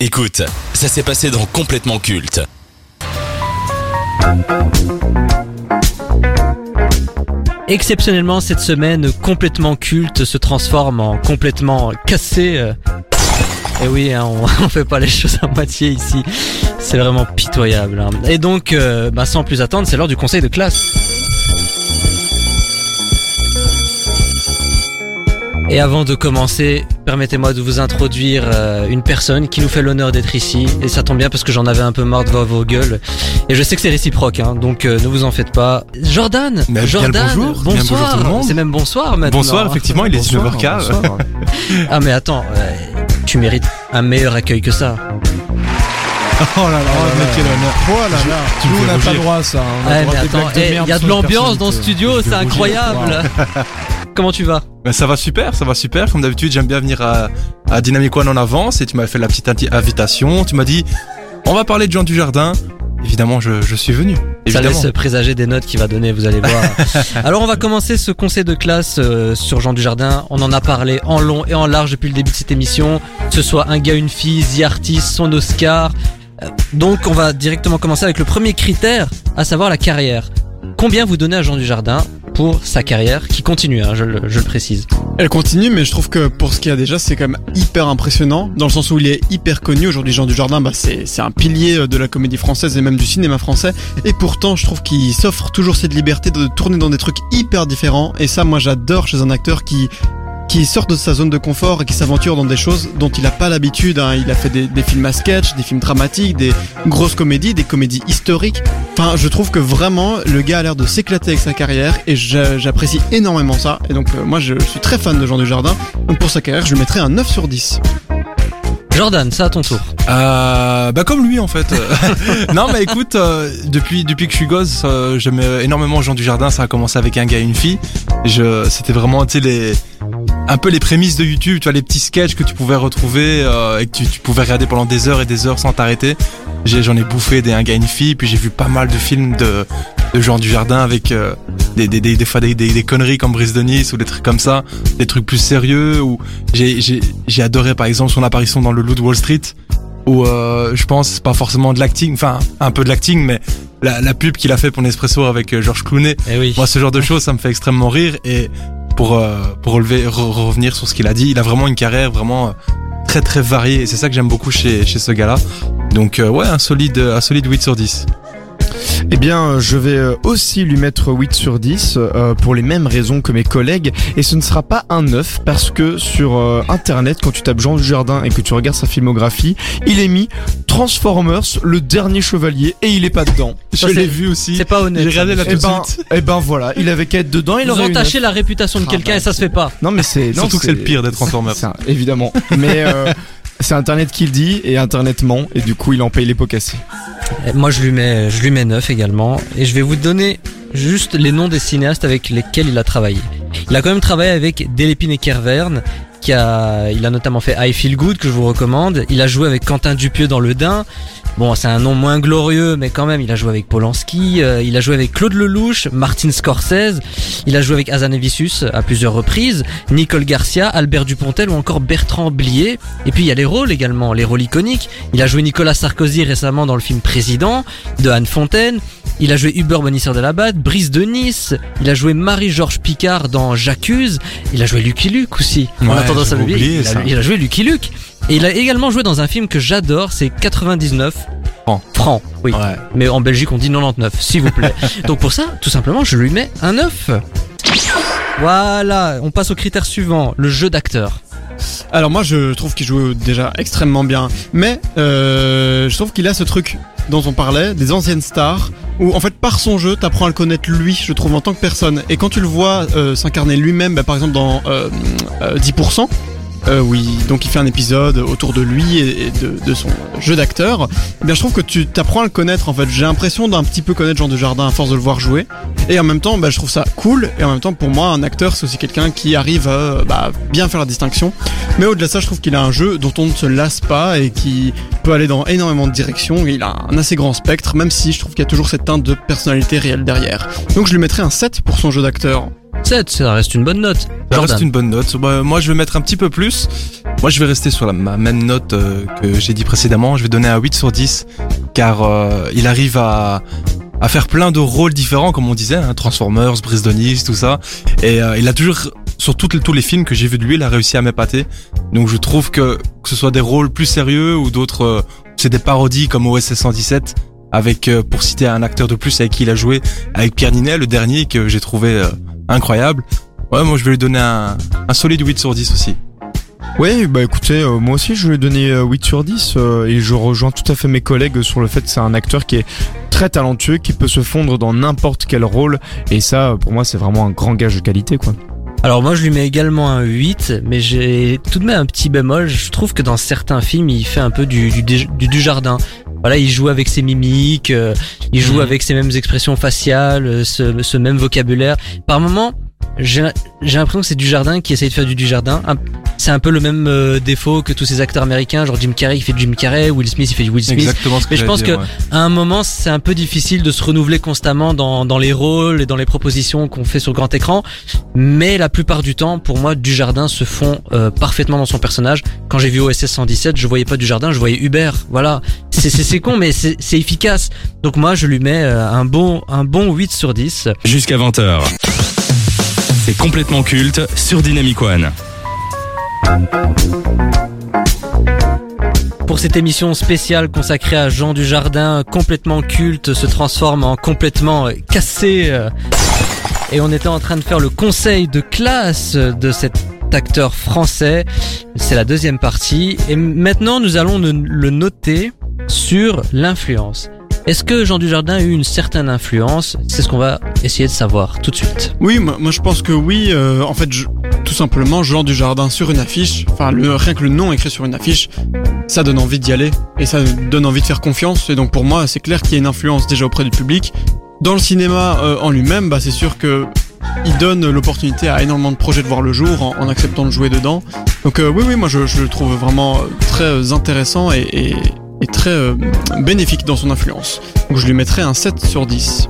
Écoute, ça s'est passé dans Complètement Culte. Exceptionnellement, cette semaine, Complètement Culte se transforme en complètement cassé. Et oui, hein, on fait pas les choses à moitié ici. C'est vraiment pitoyable. Hein. Et donc, sans plus attendre, c'est l'heure du conseil de classe. Et avant de commencer, permettez-moi de vous introduire une personne qui nous fait l'honneur d'être ici. Et ça tombe bien parce que j'en avais un peu marre de voir vos gueules. Et je sais que c'est réciproque, hein, donc ne vous en faites pas. Jordan, bonjour. Bonsoir. Tout le monde. C'est même bonsoir maintenant. Bonsoir, effectivement, il est 19h15. Ah mais attends, tu mérites un meilleur accueil que ça. Oh là là, mais quel honneur. Oh là là, nous on n'a pas droit à ça. Ouais, mais attends, il y a de l'ambiance dans le studio, c'est incroyable. Comment tu vas? Ça va super. Comme d'habitude, j'aime bien venir à Dynamic One en avance et tu m'as fait la petite invitation. Tu m'as dit, on va parler de Jean Dujardin. Évidemment, je suis venu. Évidemment. Ça laisse présager des notes qu'il va donner, vous allez voir. Alors, on va commencer ce conseil de classe sur Jean Dujardin. On en a parlé en long et en large depuis le début de cette émission. Que ce soit un gars, une fille, The Artist, son Oscar. Donc, on va directement commencer avec le premier critère, à savoir la carrière. Combien vous donnez à Jean Dujardin pour sa carrière, qui continue, hein, je le précise. Elle continue, mais je trouve que pour ce qu'il y a déjà, c'est quand même hyper impressionnant, dans le sens où il est hyper connu. Aujourd'hui, Jean Dujardin, c'est un pilier de la comédie française et même du cinéma français. Et pourtant, je trouve qu'il s'offre toujours cette liberté de tourner dans des trucs hyper différents. Et ça, moi, j'adore chez un acteur qui sort de sa zone de confort et qui s'aventure dans des choses dont il a pas l'habitude. Hein. Il a fait des films à sketch, des films dramatiques, des grosses comédies, des comédies historiques. Enfin, je trouve que vraiment, le gars a l'air de s'éclater avec sa carrière et j'apprécie énormément ça. Et donc, moi, je suis très fan de Jean Dujardin. Donc, pour sa carrière, je lui mettrais un 9 sur 10. Jordan, ça à ton tour. Comme lui en fait. Non mais écoute, depuis que je suis gosse, j'aime énormément Jean Dujardin. Ça a commencé avec Un gars et une fille. C'était vraiment un peu les prémices de YouTube, tu vois, les petits sketchs que tu pouvais retrouver et que tu pouvais regarder pendant des heures et des heures sans t'arrêter. J'en ai bouffé des Un gars et une fille, puis j'ai vu pas mal de films de Jean Dujardin avec des fois des conneries comme Brise de Nice ou des trucs comme ça, des trucs plus sérieux. Ou j'ai adoré par exemple son apparition dans Le Loup de Wall Street, où je pense pas forcément de l'acting, enfin un peu de l'acting, mais la pub qu'il a fait pour Nespresso avec Georges Clooney. Oui. Moi, ce genre de choses, ça me fait extrêmement rire. Et pour revenir sur ce qu'il a dit, il a vraiment une carrière vraiment très très variée et c'est ça que j'aime beaucoup chez ce gars-là. Donc un solide 8 sur 10. Eh bien, je vais aussi lui mettre 8 sur 10 pour les mêmes raisons que mes collègues. Et ce ne sera pas un 9 parce que sur internet, quand tu tapes Jean Dujardin et que tu regardes sa filmographie, il est mis Transformers, le dernier chevalier, et il est pas dedans. Je l'ai vu aussi. C'est pas honnête. J'ai regardé là tout de suite. Eh ben voilà, il avait qu'à être dedans, il aurait eu 9. Vous entachez la réputation de quelqu'un et ça se fait pas. Non mais surtout que c'est le pire d'être Transformers. Évidemment. Mais c'est Internet qui le dit et Internet ment et du coup il en paye les pots cassés. Moi je lui mets 9 également et je vais vous donner juste les noms des cinéastes avec lesquels il a travaillé. Il a quand même travaillé avec Delépine et Kervern, il a notamment fait I Feel Good que je vous recommande. Il a joué avec Quentin Dupieux dans Le Dain. Bon, c'est un nom moins glorieux, mais quand même, il a joué avec Polanski, il a joué avec Claude Lelouch, Martin Scorsese, il a joué avec Hazanavicius à plusieurs reprises, Nicole Garcia, Albert Dupontel ou encore Bertrand Blier. Et puis il y a les rôles également, les rôles iconiques. Il a joué Nicolas Sarkozy récemment dans le film Président de Anne Fontaine. Il a joué Hubert Bonisseur de la Bade, Brise de Nice. Il a joué Marie-Georges Picard dans J'accuse. Il a joué Lucky Luke aussi. On a tendance à l'oublier. Il a joué Lucky Luke. Et il a également joué dans un film que j'adore, c'est 99 francs. Oui. Ouais. Mais en Belgique on dit 99, s'il vous plaît. Donc pour ça, tout simplement, je lui mets un 9. Voilà, on passe au critère suivant, le jeu d'acteur. Alors moi je trouve qu'il joue déjà extrêmement bien, mais je trouve qu'il a ce truc dont on parlait, des anciennes stars, où en fait par son jeu t'apprends à le connaître lui, je trouve, en tant que personne. Et quand tu le vois s'incarner lui-même, par exemple dans 10%, oui, donc il fait un épisode autour de lui et de son jeu d'acteur. Eh bien, je trouve que tu t'apprends à le connaître en fait. J'ai l'impression d'un petit peu connaître Jean Dujardin à force de le voir jouer. Et en même temps, je trouve ça cool. Et en même temps, pour moi, un acteur, c'est aussi quelqu'un qui arrive à bien faire la distinction. Mais au-delà de ça, je trouve qu'il a un jeu dont on ne se lasse pas et qui peut aller dans énormément de directions. Il a un assez grand spectre, même si je trouve qu'il y a toujours cette teinte de personnalité réelle derrière. Donc je lui mettrais un 7 pour son jeu d'acteur. 7, ça reste une bonne note. Ça reste une bonne note. Moi, je vais mettre un petit peu plus. Moi, je vais rester sur ma même note que j'ai dit précédemment. Je vais donner un 8 sur 10 car il arrive à faire plein de rôles différents, comme on disait, hein, Transformers, Brise de Nice, tout ça. Et il a toujours, sur tous les films que j'ai vus de lui, il a réussi à m'épater. Donc je trouve que ce soit des rôles plus sérieux ou d'autres, c'est des parodies comme OSS 117, avec, pour citer un acteur de plus avec qui il a joué, avec Pierre Ninet, le dernier, que j'ai trouvé incroyable. Ouais, moi je vais lui donner un solide 8 sur 10 aussi. Ouais, bah écoutez, moi aussi je vais donner 8 sur 10 et je rejoins tout à fait mes collègues sur le fait que c'est un acteur qui est très talentueux, qui peut se fondre dans n'importe quel rôle, et ça pour moi c'est vraiment un grand gage de qualité, quoi. Alors moi je lui mets également un 8, mais j'ai tout de même un petit bémol. Je trouve que dans certains films il fait un peu du Dujardin. Voilà, il joue avec ses mimiques, il joue avec ses mêmes expressions faciales, ce même vocabulaire. Par moments, j'ai l'impression que c'est Dujardin qui essaye de faire du Dujardin. C'est un peu le même défaut que tous ces acteurs américains, genre Jim Carrey qui fait du Jim Carrey, Will Smith il fait du Will Smith. Exactement ce que mais je pense dire, que à un moment c'est un peu difficile de se renouveler constamment dans les rôles et dans les propositions qu'on fait sur grand écran. Mais la plupart du temps, pour moi, Dujardin se fond parfaitement dans son personnage. Quand j'ai vu OSS 117, je voyais pas Dujardin, je voyais Hubert. Voilà, c'est con, mais c'est efficace. Donc moi, je lui mets un bon 8 sur 10. Jusqu'à 20h. C'est complètement culte sur Dynamic One. Pour cette émission spéciale consacrée à Jean Dujardin, complètement culte, se transforme en complètement cassé. Et on était en train de faire le conseil de classe de cet acteur français. C'est la deuxième partie. Et maintenant, nous allons le noter sur l'influence. Est-ce que Jean Dujardin a eu une certaine influence? C'est ce qu'on va essayer de savoir tout de suite. Oui, moi je pense que oui. En fait, tout simplement, Jean Dujardin sur une affiche, enfin rien que le nom écrit sur une affiche, ça donne envie d'y aller et ça donne envie de faire confiance. Et donc pour moi, c'est clair qu'il y a une influence déjà auprès du public. Dans le cinéma en lui-même, bah c'est sûr que il donne l'opportunité à énormément de projets de voir le jour en acceptant de jouer dedans. Donc oui, moi je le trouve vraiment très intéressant et très bénéfique dans son influence. Donc je lui mettrai un 7 sur 10.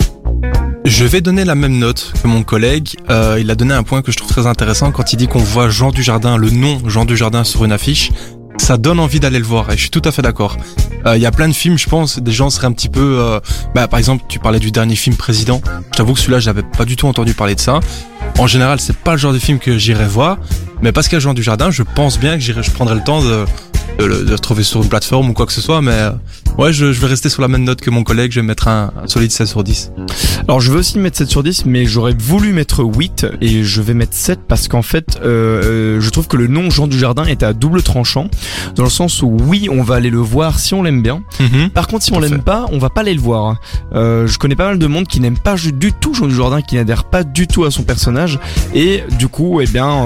Je vais donner la même note que mon collègue. Il a donné un point que je trouve très intéressant quand il dit qu'on voit Jean Dujardin, le nom Jean Dujardin sur une affiche. Ça donne envie d'aller le voir et je suis tout à fait d'accord. Il y a plein de films, je pense, des gens seraient un petit peu... par exemple, tu parlais du dernier film Président. Je t'avoue que celui-là, j'avais pas du tout entendu parler de ça. En général, c'est pas le genre de film que j'irais voir. Mais parce qu'il y a Jean Dujardin, je pense bien que je prendrai le temps de le trouver sur une plateforme ou quoi que ce soit, mais ouais, je vais rester sur la même note que mon collègue, je vais mettre un solide 16 sur 10. Alors je veux aussi mettre 7 sur 10, mais j'aurais voulu mettre 8 et je vais mettre 7 parce qu'en fait je trouve que le nom Jean Dujardin est à double tranchant, dans le sens où oui, on va aller le voir si on l'aime bien. Par contre, si on l'aime pas, on va pas aller le voir. Je connais pas mal de monde qui n'aime pas du tout Jean Dujardin, qui n'adhère pas du tout à son personnage et du coup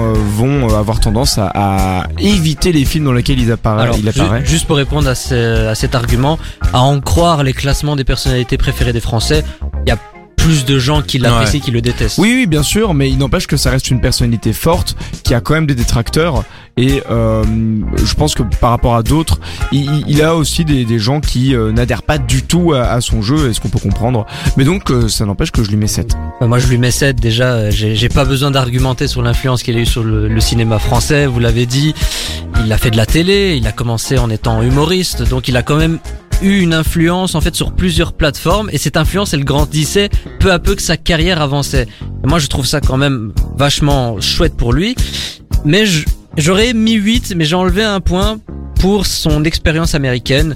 vont avoir tendance à éviter les films dans lesquels il apparaît. Alors, juste pour répondre à cet argument, à en croire les classements des personnalités préférées des Français, il y a plus de gens qui l'apprécient, qui le détestent. Oui, bien sûr, mais il n'empêche que ça reste une personnalité forte, qui a quand même des détracteurs, et je pense que par rapport à d'autres, il a aussi des gens qui n'adhèrent pas du tout à son jeu, et ce qu'on peut comprendre. Mais donc, ça n'empêche que je lui mets 7. Moi, je lui mets 7, déjà, j'ai pas besoin d'argumenter sur l'influence qu'il a eu sur le cinéma français, vous l'avez dit. Il a fait de la télé, il a commencé en étant humoriste, donc il a quand même eu une influence en fait sur plusieurs plateformes, et cette influence elle grandissait peu à peu que sa carrière avançait. Et moi je trouve ça quand même vachement chouette pour lui, mais j'aurais mis 8, mais j'ai enlevé un point pour son expérience américaine.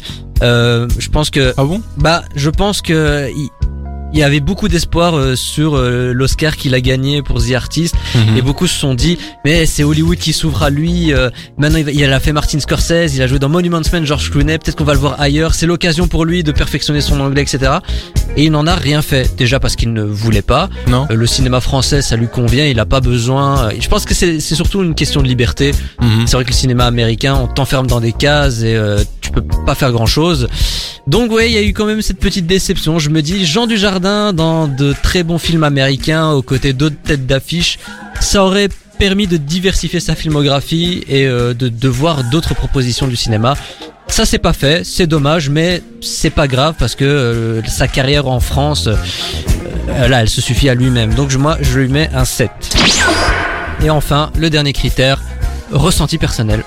Je pense que... Ah bon? Je pense que... Il y avait beaucoup d'espoir sur l'Oscar qu'il a gagné pour The Artist, et beaucoup se sont dit mais c'est Hollywood qui s'ouvre à lui, maintenant il a fait Martin Scorsese, il a joué dans Monuments Men, George Clooney, peut-être qu'on va le voir ailleurs, c'est l'occasion pour lui de perfectionner son anglais, etc. Et il n'en a rien fait, déjà parce qu'il ne voulait pas. Non. Le cinéma français ça lui convient, il a pas besoin, je pense que c'est surtout une question de liberté. C'est vrai que le cinéma américain, on t'enferme dans des cases et tu peux pas faire grand chose. Donc ouais, il y a eu quand même cette petite déception. Je me dis, Jean Dujardin dans de très bons films américains aux côtés d'autres têtes d'affiche, ça aurait permis de diversifier sa filmographie et de voir d'autres propositions du cinéma. Ça c'est pas fait, c'est dommage, mais c'est pas grave parce que sa carrière en France, là elle se suffit à lui-même. Donc moi je lui mets un 7. Et enfin, le dernier critère, ressenti personnel.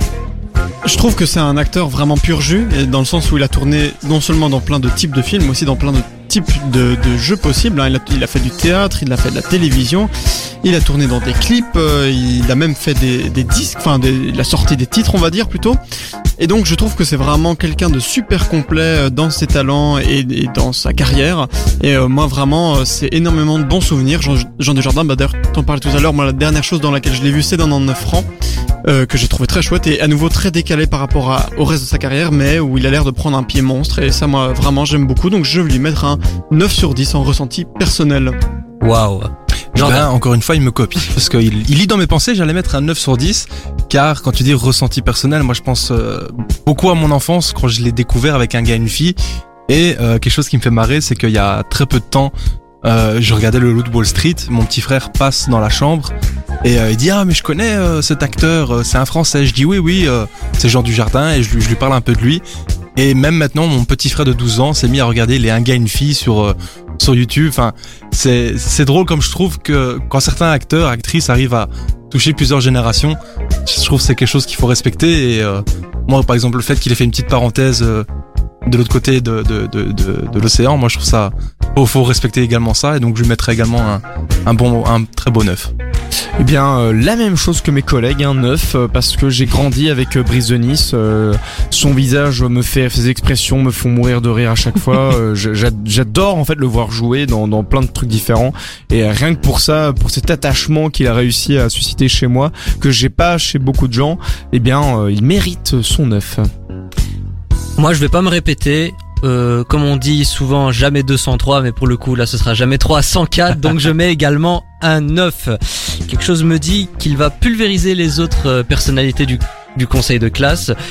Je trouve que c'est un acteur vraiment pur jus, et dans le sens où il a tourné non seulement dans plein de types de films, mais aussi dans plein de types de jeux possibles. Hein. Il a fait du théâtre, il a fait de la télévision, il a tourné dans des clips, il a même fait des disques, il a sorti des titres, on va dire plutôt. Et donc je trouve que c'est vraiment quelqu'un de super complet dans ses talents et dans sa carrière. Et moi vraiment, c'est énormément de bons souvenirs. Jean Dujardin, d'ailleurs t'en parlais tout à l'heure, moi la dernière chose dans laquelle je l'ai vu, c'est dans 99 francs. Que j'ai trouvé très chouette et à nouveau très décalé par rapport au reste de sa carrière, mais où il a l'air de prendre un pied monstre, et ça moi vraiment j'aime beaucoup, donc je vais lui mettre un 9 sur 10 en ressenti personnel. Waouh. Ben, encore une fois, il me copie. Parce qu'il lit dans mes pensées, j'allais mettre un 9 sur 10. Car quand tu dis ressenti personnel, moi je pense beaucoup à mon enfance quand je l'ai découvert avec un gars et une fille. Et quelque chose qui me fait marrer, c'est qu'il y a très peu de temps, je regardais le Loup de Wall Street, mon petit frère passe dans la chambre et il dit mais je connais cet acteur, c'est un Français. Je dis oui, c'est Jean Dujardin, et je lui parle un peu de lui. Et même maintenant, mon petit frère de 12 ans s'est mis à regarder les Un gars une fille sur YouTube. Enfin, c'est drôle, comme je trouve que quand certains acteurs, actrices arrivent à toucher plusieurs générations, je trouve que c'est quelque chose qu'il faut respecter. Et moi, par exemple, le fait qu'il ait fait une petite parenthèse de l'autre côté de l'océan, moi je trouve ça, faut respecter également ça. Et donc je lui mettrai également un très beau 9. Eh bien, la même chose que mes collègues, un 9, parce que j'ai grandi avec Brise de Nice. Son visage ses expressions me font mourir de rire à chaque fois. J'adore en fait le voir jouer dans plein de trucs différents. Et rien que pour ça, pour cet attachement qu'il a réussi à susciter chez moi, que j'ai pas chez beaucoup de gens, eh bien, il mérite son 9. Moi, je vais pas me répéter. Comme on dit souvent, jamais 203, mais pour le coup, là, ce sera jamais 304, donc je mets également un 9. Quelque chose me dit qu'il va pulvériser les autres personnalités du conseil de classe.